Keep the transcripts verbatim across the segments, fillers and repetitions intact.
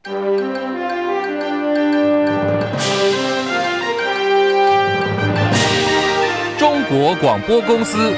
中国广播公司。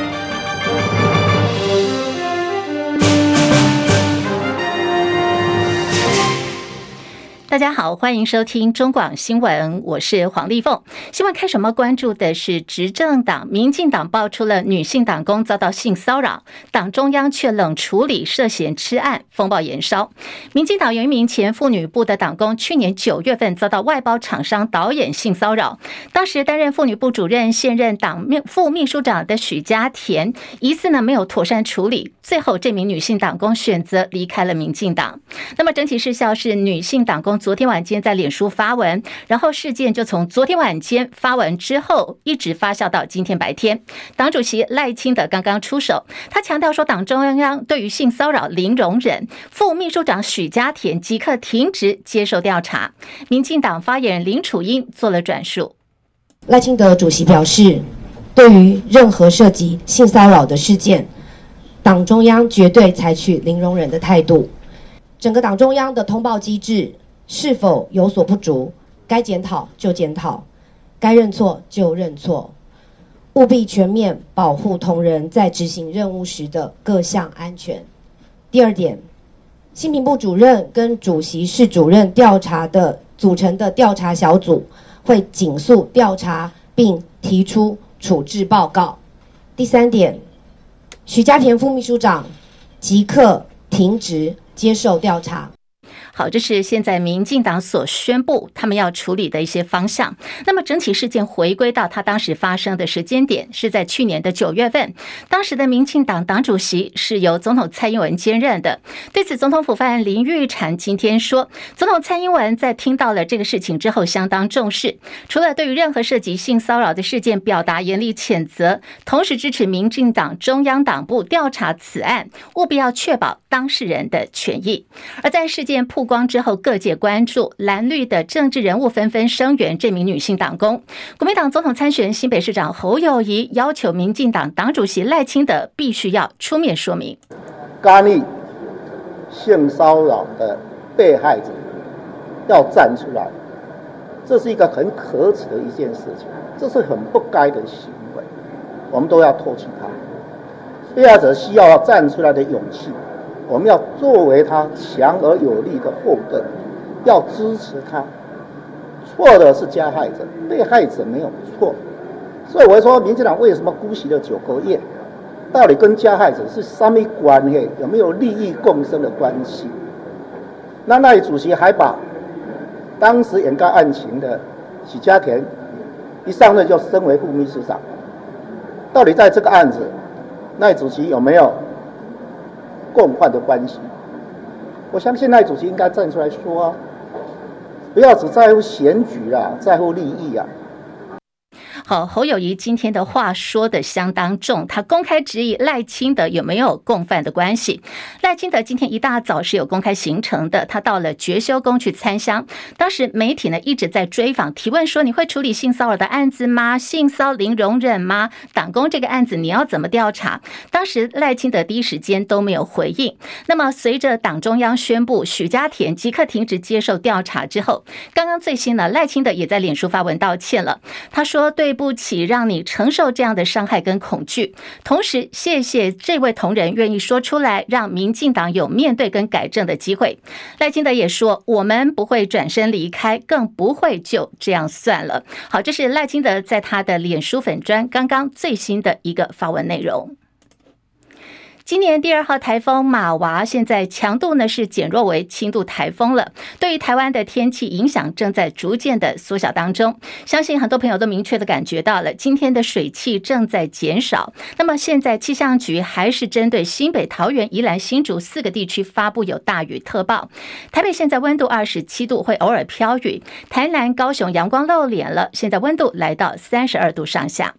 大家好，欢迎收听中广新闻，我是黄丽凤。新闻开始，我们关注的是执政党民进党爆出了女性党工遭到性骚扰，党中央却冷处理涉嫌吃案，风暴延烧。民进党有一名前妇女部的党工，去年九月份遭到外包厂商导演性骚扰，当时担任妇女部主任、现任党副秘书长的许家田，疑似呢没有妥善处理，最后这名女性党工选择离开了民进党。那么整体事效是女性党工昨天晚间在脸书发文，然后事件就从昨天晚间发文之后一直发酵到今天白天。党主席赖清德刚刚出手，他强调说党中央对于性骚扰零容忍，副秘书长许家田即刻停职接受调查。民进党发言人林楚英做了转述。 赖清德主席表示，对于任何涉及性骚扰的事件，党中央绝对采取零容忍的态度。整个党中央的通报机制是否有所不足，该检讨就检讨，该认错就认错，务必全面保护同仁在执行任务时的各项安全。第二点，性平部主任跟主席室主任调查的组成的调查小组会紧速调查并提出处置报告。第三点，许家田副秘书长即刻停职接受调查。 好，这是现在民进党所宣布他们要处理的一些方向。那么整体事件回归到他当时发生的时间点，是在去年的九月份，当时的民进党党主席是由总统蔡英文兼任的。对此，总统府发言人林玉嬋今天说，总统蔡英文在听到了这个事情之后相当重视，除了对于任何涉及性骚扰的事件表达严厉谴责，同时支持民进党中央党部调查此案，务必要确保当事人的权益。而在事件曝光之后，各界关注，蓝绿的政治人物纷纷声援这名女性党工。国民党总统参选新北市长侯友宜要求民进党党主席赖清德必须要出面说明， 干预性骚扰的被害者要站出来，这是一个很可耻的一件事情，这是很不该的行为，我们都要唾弃他。被害者需要站出来的勇气，我们要作为他强而有力的后盾，要支持他。错的是加害者，被害者没有错。所以我说，民进党为什么姑息了九个月？到底跟加害者是什么关系？有没有利益共生的关系？那那位主席还把当时掩盖案情的许家田一上任就升为副秘书长，到底在这个案子，那位主席有没有共犯的关系？我相信赖主席应该站出来说啊，不要只在乎选举啊，在乎利益啊。 好，侯友宜今天的话说的相当重，他公开质疑赖清德有没有共犯的关系。赖清德今天一大早是有公开行程的，他到了觉修宫去参香。当时媒体呢一直在追访提问说，你会处理性骚扰的案子吗？性骚零容忍吗？党工这个案子你要怎么调查？当时赖清德第一时间都没有回应。那么随着党中央宣布许家田即刻停止接受调查之后，刚刚最新呢，赖清德也在脸书发文道歉了。他说，对不起让你承受这样的伤害跟恐惧，同时谢谢这位同仁愿意说出来，让民进党有面对跟改正的机会。赖清德也说，我们不会转身离开，更不会就这样算了。好，这是赖清德在他的脸书粉专刚刚最新的一个发文内容。今年第二号台风马娃现在强度呢是减弱为轻度台风了，对于台湾的天气影响正在逐渐的缩小当中。相信很多朋友都明确的感觉到了，今天的水汽正在减少。那么现在气象局还是针对新北、桃园、宜兰、新竹四个地区发布有大雨特报。台北现在温度二十七度，会偶尔飘雨。台南、高雄阳光露脸了，现在温度来到三十二度上下。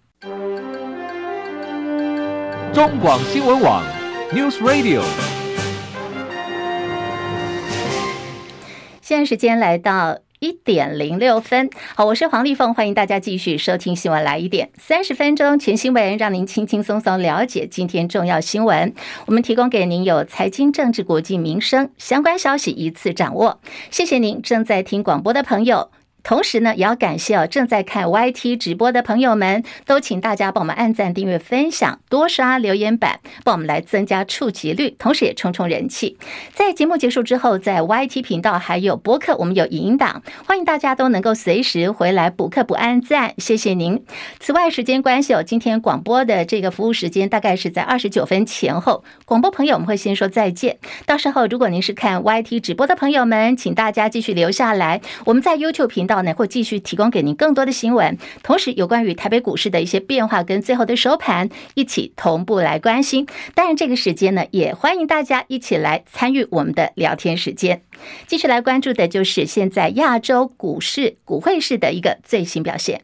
中广新闻网 News Radio， 现在时间来到一点零六分。好，我是黄丽凤，欢迎大家继续收听新闻来一点，三十分钟全新闻，让您轻轻松松了解今天重要新闻。我们提供给您有财经、政治、国际、民生相关消息一次掌握。谢谢您正在听广播的朋友。同时呢，也要感谢哦正在看 Y T 直播的朋友们，都请大家帮我们按赞、订阅、分享，多刷留言板，帮我们来增加触及率，同时也冲冲人气。在节目结束之后，在 Y T 频道还有播客，我们有影音档，欢迎大家都能够随时回来补课补按赞，谢谢您。此外，时间关系哦，今天广播的这个服务时间大概是在二十九分前后，广播朋友我们会先说再见。到时候如果您是看 Y T 直播的朋友们，请大家继续留下来，我们在 YouTube 频道会继续提供给您更多的新闻，同时有关于台北股市的一些变化跟最后的收盘一起同步来关心。当然这个时间呢，也欢迎大家一起来参与我们的聊天时间。继续来关注的就是现在亚洲股市股汇市的一个最新表现。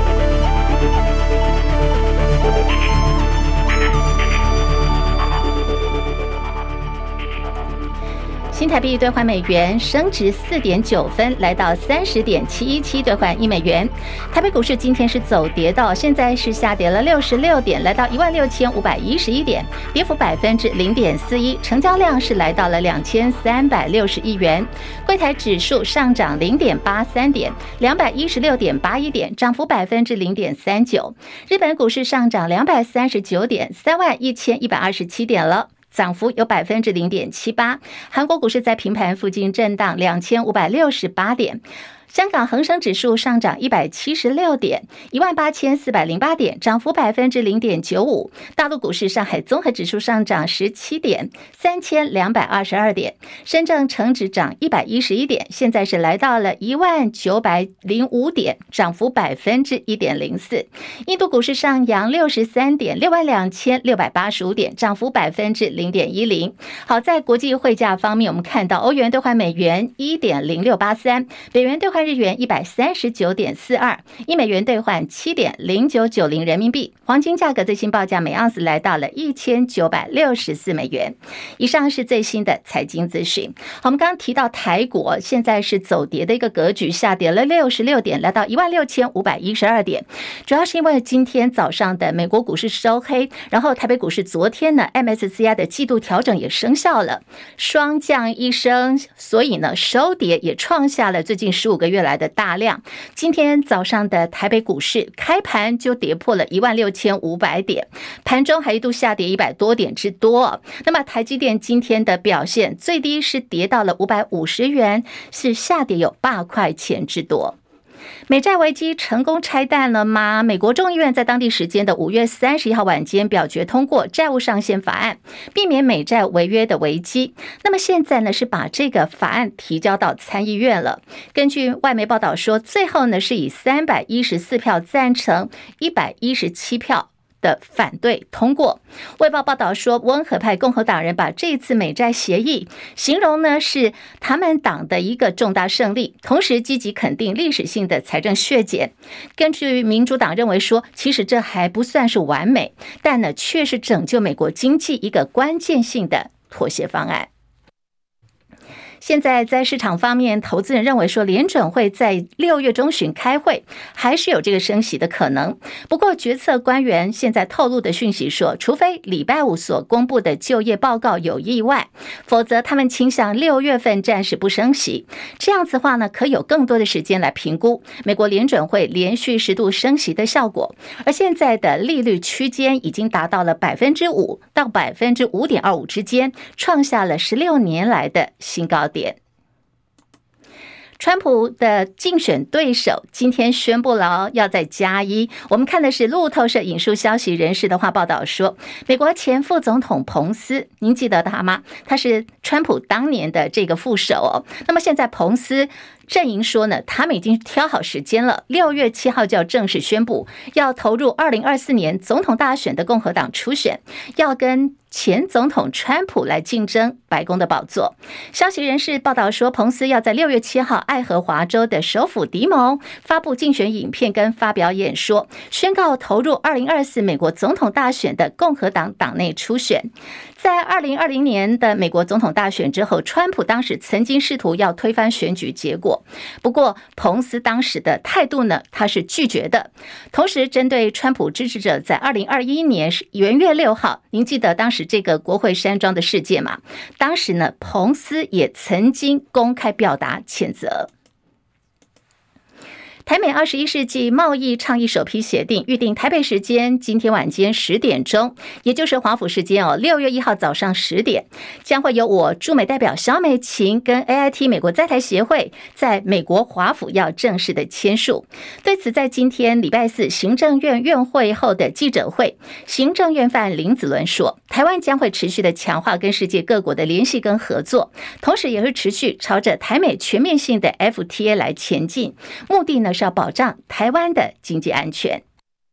新台币兑换美元升值 四点九 分，来到 三十点七一七 兑换一美元。台北股市今天是走跌到现在是下跌了六十六点，来到 一万六千五百一十一 点，跌幅 百分之零点四一， 成交量是来到了两千三百六十亿元。柜台指数上涨 零点八三 点， 两百一十六点八一 点，涨幅 百分之零点三九。日本股市上涨两百三十九点， 三万一千一百二十七点了，涨幅有 百分之零点七八。 韩国股市在平盘附近震荡两千五百六十八点。香港恒生指数上涨一百七十六点， 一万八千四百零八点，涨幅 百分之零点九五。 大陆股市上海综合指数上涨十七点， 三千两百二十二点。深圳成指涨一百一十一点，现在是来到了一万九百零五点，涨幅 百分之一点零四。 印度股市上扬六十三点， 六万两千六百八十五点，涨幅 百分之零点一零。 好，在国际汇价方面，我们看到欧元兑换美元 一点零六八三， 美元兑换日元 一百三十九点四二， 一美元兑换 七点零九九零 人民币。黄金价格最新报价每盎司来到了一千九百六十四美元。以上是最新的财经资讯。我们刚刚提到台股现在是走跌的一个格局，下跌了六十六点，来到一万六千五百一十二点。主要是因为今天早上的美国股市收黑，然后台北股市昨天呢 M S C I 的季度调整也生效了，双降一升，所以呢收跌也创下了最近十五个月来的大量。今天早上的台北股市开盘就跌破了一万六千五百点，盘中还一度下跌一百多点之多。那么台积电今天的表现最低是跌到了五百五十元，是下跌有八块钱之多。美债危机成功拆弹了吗？美国众议院在当地时间的五月三十一号晚间表决通过债务上限法案，避免美债违约的危机。那么现在呢，是把这个法案提交到参议院了。根据外媒报道说，最后呢是以三百一十四票赞成，一百一十七票的反对通过。卫报报道说，温和派共和党人把这次美债协议形容呢是他们党的一个重大胜利，同时积极肯定历史性的财政削减。根据民主党认为说，其实这还不算是完美，但呢却是拯救美国经济一个关键性的妥协方案。现在在市场方面，投资人认为说联准会在六月中旬开会，还是有这个升息的可能。不过决策官员现在透露的讯息说，除非礼拜五所公布的就业报告有意外，否则他们倾向六月份暂时不升息。这样子的话呢，可有更多的时间来评估美国联准会连续十度升息的效果。而现在的利率区间已经达到了百分之五到百分之五点二五之间，创下了十六年来的新高点。川普的竞选对手今天宣布了要再加一。我们看的是路透社引述消息人士的话报道说，美国前副总统彭斯，您记得他吗？他是川普当年的这个副手哦。那么现在彭斯阵营说呢，他们已经挑好时间了，六月七号就要正式宣布要投入二零二四年总统大选的共和党初选，要跟前总统川普来竞争白宫的宝座。消息人士报道说，彭斯要在六月七号爱荷华州的首府迪蒙发布竞选影片跟发表演说，宣告投入二零二四美国总统大选的共和党党内初选。在二零二零年的美国总统大选之后，川普当时曾经试图要推翻选举结果， 过。不过彭斯当时的态度呢，他是拒绝的。同时针对川普支持者在二零二一年元月六号，您记得当时这个国会山庄的事件吗？当时呢，彭斯也曾经公开表达谴责。台美二十一世纪贸易倡议首批协定预定台北时间今天晚间十点钟，也就是华府时间哦，六月一号早上十点，将会由我驻美代表萧美琴跟 A I T 美国在台协会在美国华府要正式的签署。对此，在今天礼拜四行政院院会后的记者会，行政院范林子伦说，台湾将会持续的强化跟世界各国的联系跟合作，同时也会持续朝着台美全面性的 F T A 来前进，目的呢是要保障台湾的经济安全。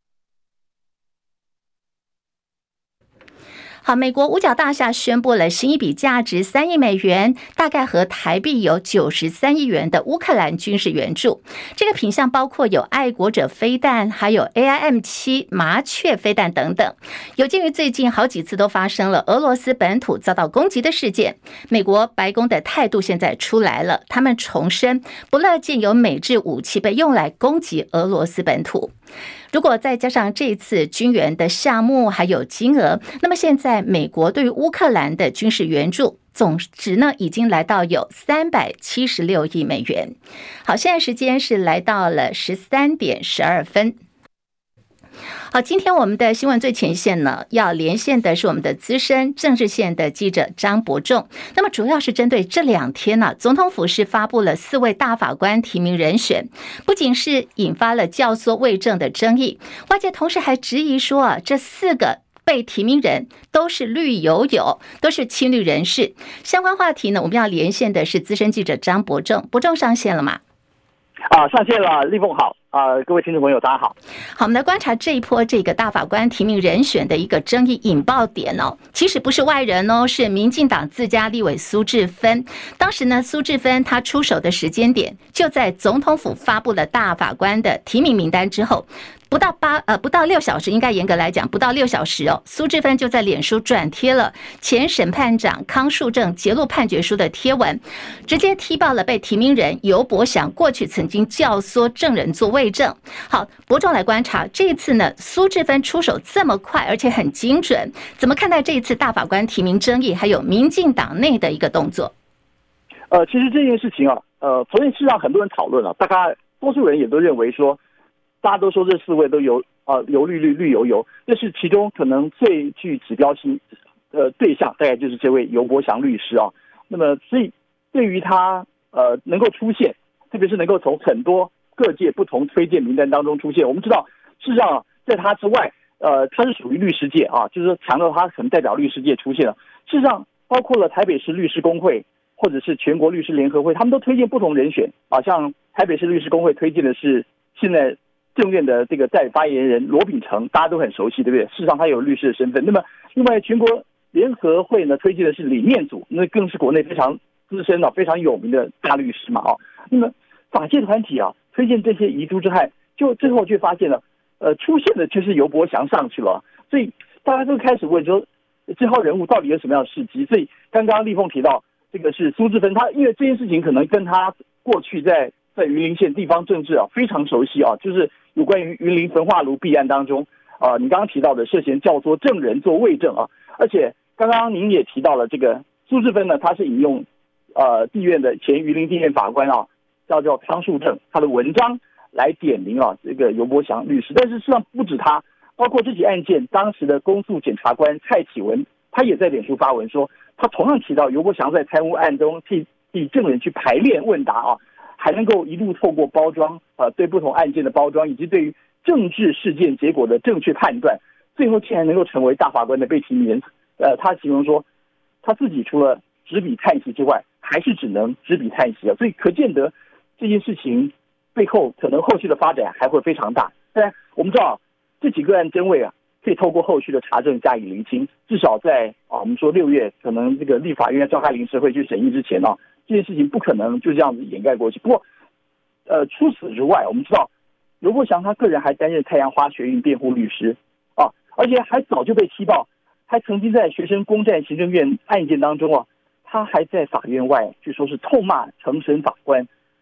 好，美国五角大厦宣布了新一笔价值三亿美元，大概和台币有九十三亿元的乌克兰军事援助。这个品项包括有爱国者飞弹，还有 A I M 七 麻雀飞弹等等。有鉴于最近好几次都发生了俄罗斯本土遭到攻击的事件，美国白宫的态度现在出来了，他们重申不乐见有美制武器被用来攻击俄罗斯本土。如果再加上这次军援的项目还有金额，那么现在美国对于乌克兰的军事援助总值呢，已经来到有三百七十六亿美元。好，现在时间是来到了十三点十二分。好，今天我们的新闻最前线呢，要连线的是我们的资深政治线的记者张伯仲。那么主要是针对这两天呢、啊，总统府是发布了四位大法官提名人选，不仅是引发了教唆未正的争议，外界同时还质疑说啊，这四个被提名人都是绿油油，都是亲绿人士。相关话题呢，我们要连线的是资深记者张伯仲。伯仲上线了吗？ 啊，上线了，立凤好。啊、呃，各位听众朋友，大家好。 好，我们来观察这一波这个大法官提名人选的一个争议引爆点哦，其实不是外人哦，是民进党自家立委苏治芬。当时呢，苏治芬他出手的时间点就在总统府发布了大法官的提名名单之后。不到八呃不到六小时，应该严格来讲不到六小时哦，苏治芬就在脸书转贴了前审判长康树正揭露判决书的贴文，直接踢爆了被提名人游伯祥过去曾经教唆证人做伪证。好，伯仲来观察这一次呢，苏治芬出手这么快而且很精准，怎么看待这一次大法官提名争议，还有民进党内的一个动作？ 呃，其实这件事情啊，呃，昨天事实上很多人讨论了，大概多数人也都认为说。大家都说这四位都油啊油绿绿绿油油，这是其中可能最具指标性呃对象，大概就是这位游伯祥律师啊。那么所以对于他呃能够出现，特别是能够从很多各界不同推荐名单当中出现，我们知道事实上在他之外，呃他是属于律师界啊，就是说强调他可能代表律师界出现了。事实上包括了台北市律师公会或者是全国律师联合会，他们都推荐不同人选啊，像台北市律师公会推荐的是现在。政院的这个代理发言人罗秉成，大家都很熟悉，对不对？事实上他有律师的身份。那么，另外全国联合会呢推荐的是李念祖，那更是国内非常资深啊、非常有名的大律师嘛啊。那么法界团体啊推荐这些遗珠之害，就最后却发现了，呃，出现的就是游伯祥上去了。所以大家都开始问说，这号人物到底有什么样的事迹？所以刚刚立凤提到这个是苏治芬，他因为这件事情可能跟他过去在在云林县地方政治啊非常熟悉啊，就是。有关于云林焚化炉弊案当中，啊、呃，你刚刚提到的涉嫌教唆证人做伪证啊，而且刚刚您也提到了这个苏治芬呢，他是引用呃地院的前云林地院法官啊，叫叫康树正他的文章来点名啊这个游伯祥律师，但是实际上不止他，包括这起案件当时的公诉检察官蔡启文，他也在脸书发文说，他同样提到游伯祥在贪污案中替替证人去排练问答啊。还能够一路透过包装，呃，对不同案件的包装，以及对于政治事件结果的正确判断，最后竟然能够成为大法官的被提名人。呃，他形容说，他自己除了执笔叹息之外，还是只能执笔叹息啊。所以可见得这件事情背后可能后续的发展还会非常大。当然，我们知道这几个案真伪啊，可以透过后续的查证加以厘清。至少在啊，我们说六月可能这个立法院要召开临时会去审议之前呢、啊。这件事情不可能就这样子掩盖过去。不过，呃，除此之外，我们知道游伯祥他个人还担任太阳花学运辩护律师啊，而且还早就被踢爆，还曾经在学生攻占行政院案件当中啊，他还在法院外据说是痛骂承审法官，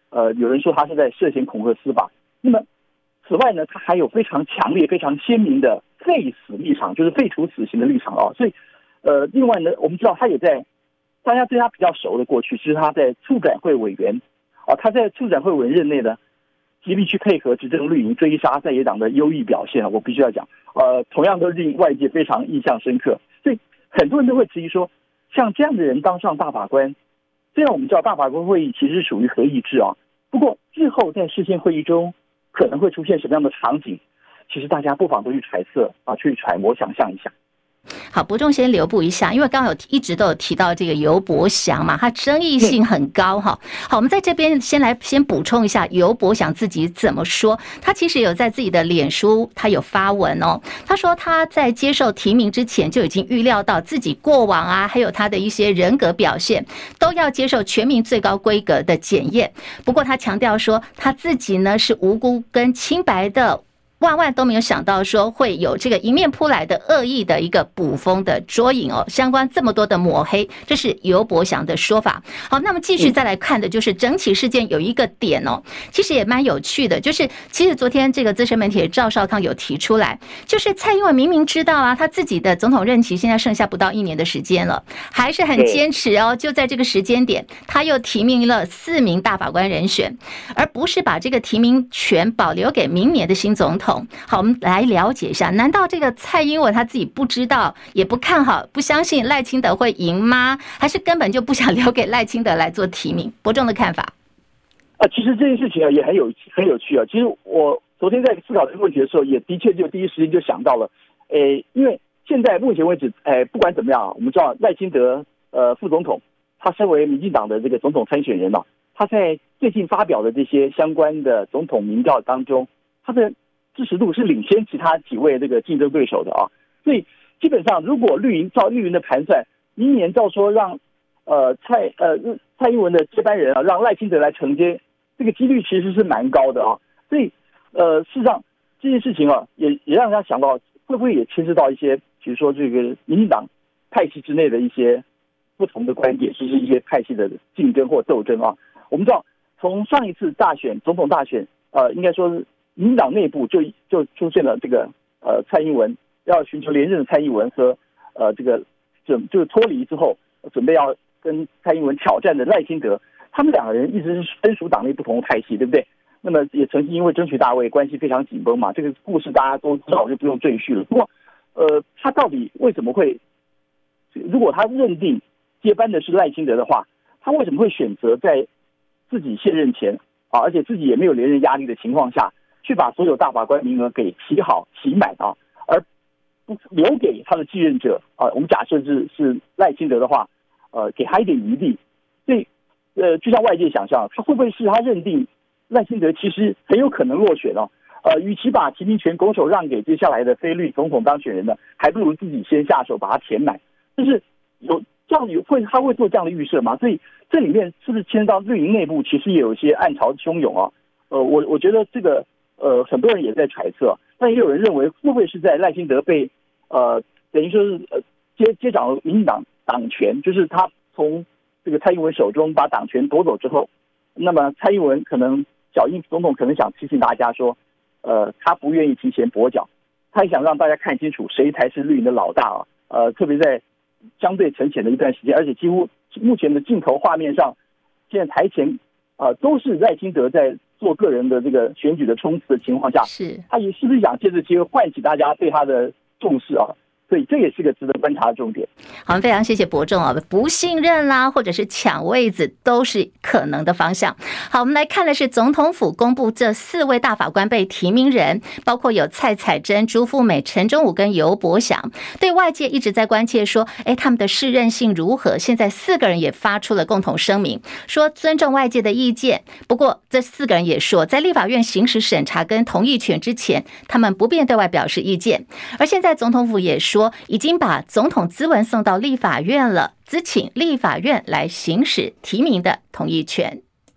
呃，有人说他是在涉嫌恐吓司法。那么此外呢，他还有非常强烈、非常鲜明的废死立场，就是废除死刑的立场啊。所以，呃，另外呢，我们知道他也在大家对他比较熟的过去，就是他在促转会委员啊，他在促转会委员任内呢，极力去配合执政绿营追杀在野党的优异表现啊，我必须要讲，呃，同样都令外界非常印象深刻。所以很多人都会质疑说，像这样的人当上大法官，虽然我们知道大法官会议其实是属于合议制啊，不过日后在释宪会议中可能会出现什么样的场景，其实大家不妨都去揣测啊，去揣摩想象一下。 好，伯仲先留步一下，因为刚刚有一直都有提到这个游伯祥嘛，他争议性很高哈。好，我们在这边先来先补充一下游伯祥自己怎么说。他其实有在自己的脸书，他有发文哦。他说他在接受提名之前就已经预料到自己过往啊，还有他的一些人格表现都要接受全民最高规格的检验。不过他强调说，他自己呢是无辜跟清白的。万万都没有想到说会有这个迎面扑来的恶意的一个捕风的捉影哦，相关这么多的抹黑，这是游伯祥的说法。好，那么继续再来看的就是整起事件有一个点哦，其实也蛮有趣的，就是其实昨天这个资深媒体赵少康有提出来，就是蔡英文明明知道啊，他自己的总统任期现在剩下不到一年的时间了，还是很坚持哦，就在这个时间点，他又提名了四名大法官人选，而不是把这个提名权保留给明年的新总统。好，我们来了解一下，难道这个蔡英文他自己不知道，也不看好，不相信赖清德会赢吗？还是根本就不想留给赖清德来做提名？伯仲的看法？ 啊，其实这件事情啊也很有很有趣啊。其实我昨天在思考这个问题的时候，也的确就第一时间就想到了，诶，因为现在目前为止，诶，不管怎么样，我们知道赖清德呃副总统，他身为民进党的这个总统参选人嘛，他在最近发表的这些相关的总统民调当中，他的支持度是领先其他几位这个竞争对手的啊，所以基本上如果绿营照绿营的盘算，明年照说让呃蔡呃蔡英文的接班人啊，让赖清德来承接，这个几率其实是蛮高的啊。所以呃事实上这件事情啊，也也让大家想到会不会也牵涉到一些，比如说这个民进党派系之内的一些不同的观点，就是一些派系的竞争或斗争啊。我们知道从上一次大选总统大选，呃应该说是民进党内部就就出现了这个呃蔡英文要寻求连任的蔡英文和呃这个准就是脱离之后准备要跟蔡英文挑战的赖清德，他们两个人一直是分属党内不同的派系，对不对？那么也曾经因为争取大位关系非常紧绷嘛，这个故事大家都知道，就不用赘述了。不过呃他到底为什么会，如果他认定接班的是赖清德的话，他为什么会选择在自己卸任前啊，而且自己也没有连任压力的情况下，去把所有大法官名额给提好提满啊，而不留给他的继任者啊。我们假设是是赖清德的话，呃，给他一点余地。所以，呃，就像外界想象，他会不会是他认定赖清德其实很有可能落选哦？呃，与其把提名权拱手让给接下来的非绿总统当选人呢，还不如自己先下手把它填满。就是有这样有会他会做这样的预设吗？所以这里面是不是牵涉到绿营内部其实也有一些暗潮汹涌啊？呃，我我觉得这个。呃，很多人也在揣测，但也有人认为会不会是在赖清德被呃等于说是呃接接掌了民进党党权，就是他从这个蔡英文手中把党权夺走之后，那么蔡英文可能小英总统可能想提醒大家说，呃，他不愿意提前跛脚，他也想让大家看清楚谁才是绿营的老大啊。呃，特别在相对沉潜的一段时间，而且几乎目前的镜头画面上，现在台前啊、呃、都是赖清德在做个人的这个选举的冲刺的情况下， 是他也是不是想借着机会唤起大家对他的重视啊？所以这也是个值得观察的重点。 好，非常谢谢伯仲啊，不信任啦，或者是抢位子，都是可能的方向。好，我们来看的是总统府公布这四位大法官被提名人，包括有蔡彩珍、朱富美、陈忠武跟游伯祥。对外界一直在关切说，哎，他们的适任性如何？现在四个人也发出了共同声明，说尊重外界的意见。不过这四个人也说，在立法院行使审查跟同意权之前，他们不便对外表示意见。而现在总统府也说，已经把总统咨文送到立法院了，咨请立法院来行使提名的同意权。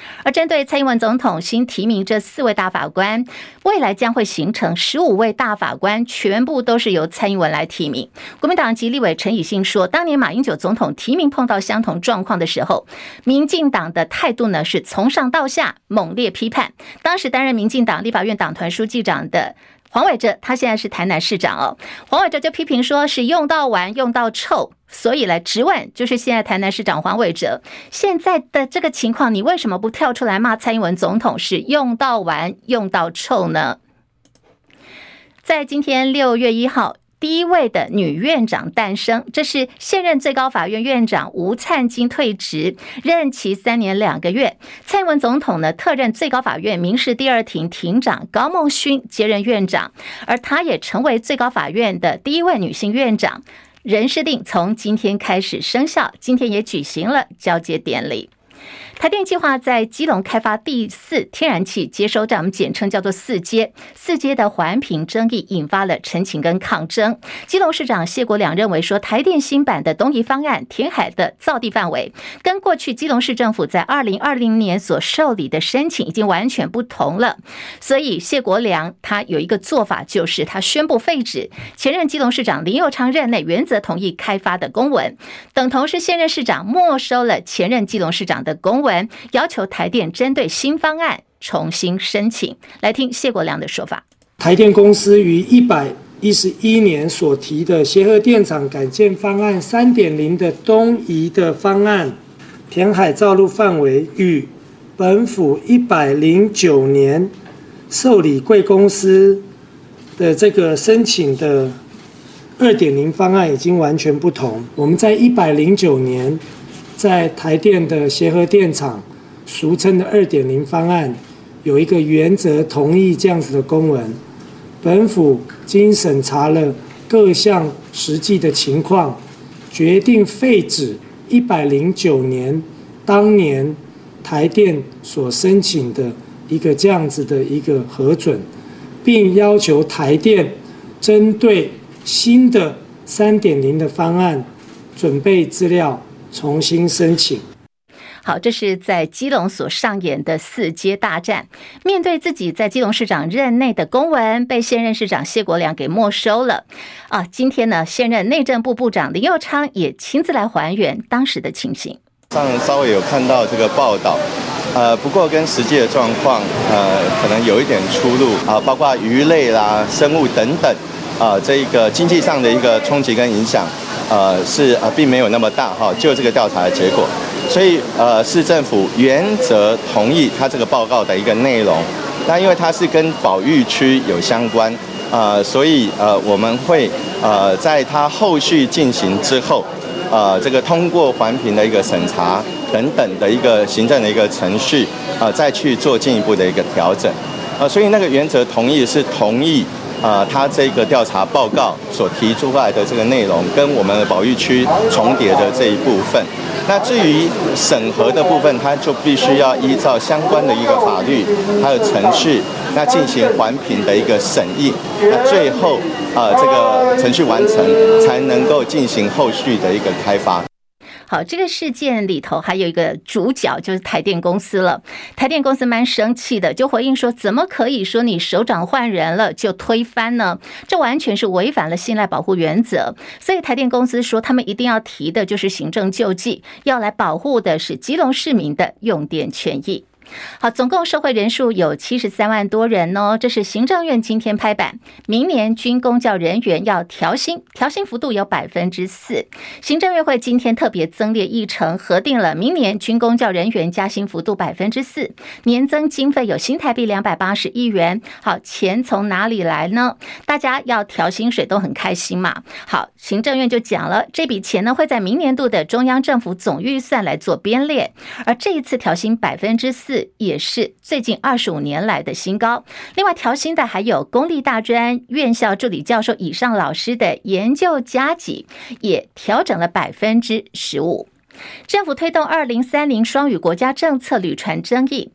而针对蔡英文总统新提名这四位大法官，未来将会形成十五位大法官，全部都是由蔡英文来提名。国民党籍立委陈以信说，当年马英九总统提名碰到相同状况的时候，民进党的态度呢是从上到下猛烈批判。当时担任民进党立法院党团书记长的黄伟哲，他现在是台南市长哦。黄伟哲就批评说是用到完用到臭，所以来质问就是现在台南市长黄伟哲，现在的这个情况，你为什么不跳出来骂蔡英文总统是用到完用到臭呢？在今天六月一号，第一位的女院长诞生，这是现任最高法院院长吴灿金退职，任期三年两个月。蔡英文总统呢，特任最高法院民事第二庭庭长高孟勋接任院长，而她也成为最高法院的第一位女性院长。人事令从今天开始生效，今天也举行了交接典礼。台电计划在基隆开发第四天然气接收站，我们简称叫做四接。四接的环评争议引发了陈情跟抗争。基隆市长谢国良认为说，台电新版的东移方案填海的造地范围，跟过去基隆市政府在二零二零年所受理的申请已经完全不同了。所以谢国良他有一个做法，就是他宣布废止前任基隆市长林右昌任内原则同意开发的公文，等同是现任市长没收了前任基隆市长的公文，要求台电针对新方案重新申请。来听谢国良的说法。 台电公司于一百一十一年所提的协和电厂改建方案 三点零 的东移的方案填海造陆范围，与本府一百零九年受理贵公司的这个申请的 二点零 方案已经完全不同。我们在一百零九年在台电的协和电厂，俗称的 二点零 方案，有一个原则同意这样子的公文。本府经审查了各项实际的情况，决定废止一百零九年当年台电所申请的一个这样子的一个核准，并要求台电针对新的 三点零 的方案准备资料重新申请。 好，这是在基隆所上演的四接大战。面对自己在基隆市长任内的公文被现任市长谢国良给没收了啊，今天呢，现任内政部部长林右昌也亲自来还原当时的情形。 上稍微有看到这个报道，呃，不过跟实际的状况，呃，可能有一点出入啊、呃，包括鱼类啦、生物等等，啊、呃，这一个经济上的一个冲击跟影响。呃，是呃，并没有那么大哈，就这个调查的结果，所以呃，市政府原则同意他这个报告的一个内容。那因为它是跟保育区有相关，呃，所以呃，我们会呃，在它后续进行之后，呃，这个通过环评的一个审查等等的一个行政的一个程序，呃，再去做进一步的一个调整。呃，所以那个原则同意是同意。呃，他这个调查报告所提出来的这个内容，跟我们的保育区重叠的这一部分。那至于审核的部分，它就必须要依照相关的一个法律还有程序，那进行环评的一个审议。那最后，呃，这个程序完成，才能够进行后续的一个开发。 好，这个事件里头还有一个主角就是台电公司了。台电公司蛮生气的，就回应说，怎么可以说你首长换人了就推翻呢？这完全是违反了信赖保护原则。所以台电公司说，他们一定要提的就是行政救济，要来保护的是基隆市民的用电权益。好，总共受惠人数有七十三万多人哦，这是行政院今天拍板，明年军公教人员要调薪，调薪幅度有百分之四。行政院会今天特别增列议程，核定了明年军公教人员加薪幅度百分之四，年增经费有新台币两百八十亿元。好，钱从哪里来呢？大家要调薪水都很开心嘛。好，行政院就讲了，这笔钱呢会在明年度的中央政府总预算来做编列，而这一次调薪百分之四。也是最近二十五年来的新高。另外调薪的还有公立大专院校助理教授以上老师的研究加给，也调整了百分之十五。政府推动二零三零双语国家政策屡传争议。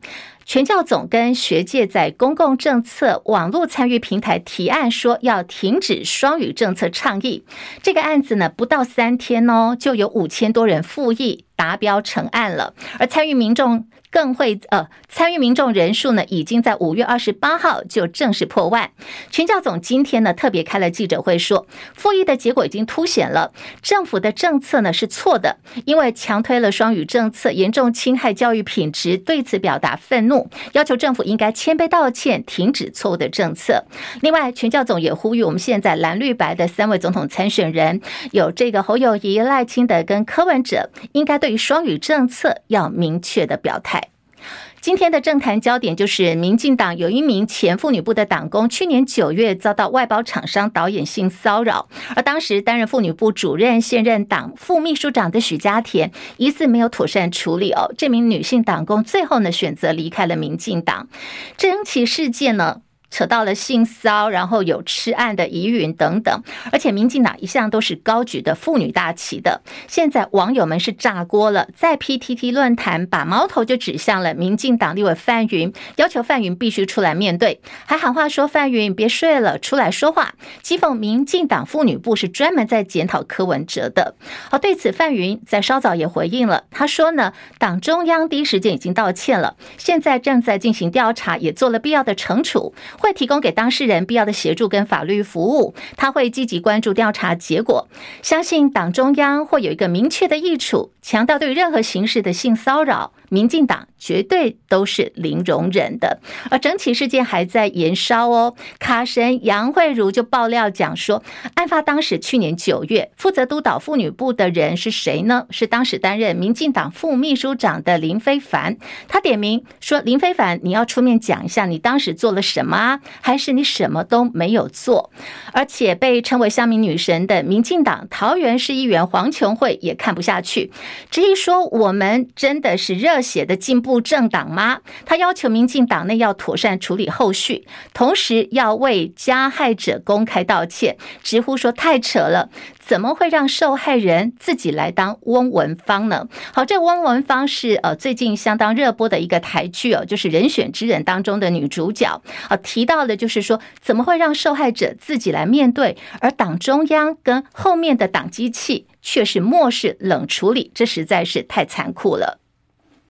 全教总跟学界在公共政策网络参与平台提案说要停止双语政策倡议，这个案子呢不到三天哦，就有五千多人复议达标成案了，而参与民众更会呃，参与民众人数呢，已经在五月二十八号就正式破万。全教总今天呢特别开了记者会说，复议的结果已经凸显了政府的政策呢是错的，因为强推了双语政策，严重侵害教育品质，对此表达愤怒，要求政府应该谦卑道歉，停止错误的政策。另外，全教总也呼吁我们现在蓝绿白的三位总统参选人，有这个侯友宜、赖清德跟柯文哲，应该对于双语政策要明确的表态。今天的政坛焦点就是民进党有一名前妇女部的党工，去年九月遭到外包厂商导演性骚扰，而当时担任妇女部主任、现任党副秘书长的许家田疑似没有妥善处理哦，这名女性党工最后呢选择离开了民进党。这起事件呢扯到了性骚，然后有吃案的疑云等等，而且民进党一向都是高举的妇女大旗的，现在网友们是炸锅了，在 P T T 论坛把矛头就指向了民进党立委范云，要求范云必须出来面对，还喊话说范云别睡了，出来说话，讥讽民进党妇女部是专门在检讨柯文哲的。好，对此范云在稍早也回应了，他说呢，党中央第一时间已经道歉了，现在正在进行调查，也做了必要的惩处，会提供给当事人必要的协助跟法律服务，他会积极关注调查结果，相信党中央会有一个明确的议处，强调对任何形式的性骚扰，民进党绝对都是零容忍的。而整起事件还在延烧哦，卡神杨慧如就爆料讲说，案发当时去年九月，负责督导妇女部的人是谁呢？是当时担任民进党副秘书长的林非凡，他点名说，林非凡你要出面讲一下你当时做了什么啊，还是你什么都没有做？而且被称为乡民女神的民进党桃园市议员黄琼慧也看不下去，质疑说，我们真的是热血的进步政党吗？他要求民进党内要妥善处理后续，同时要为加害者公开道歉，直呼说太扯了，怎么会让受害人自己来当翁文芳呢？好，这翁文芳是呃最近相当热播的一个台剧哦，就是《人选之人》当中的女主角啊，提到的就是说，怎么会让受害者自己来面对，而党中央跟后面的党机器却是漠视冷处理，这实在是太残酷了。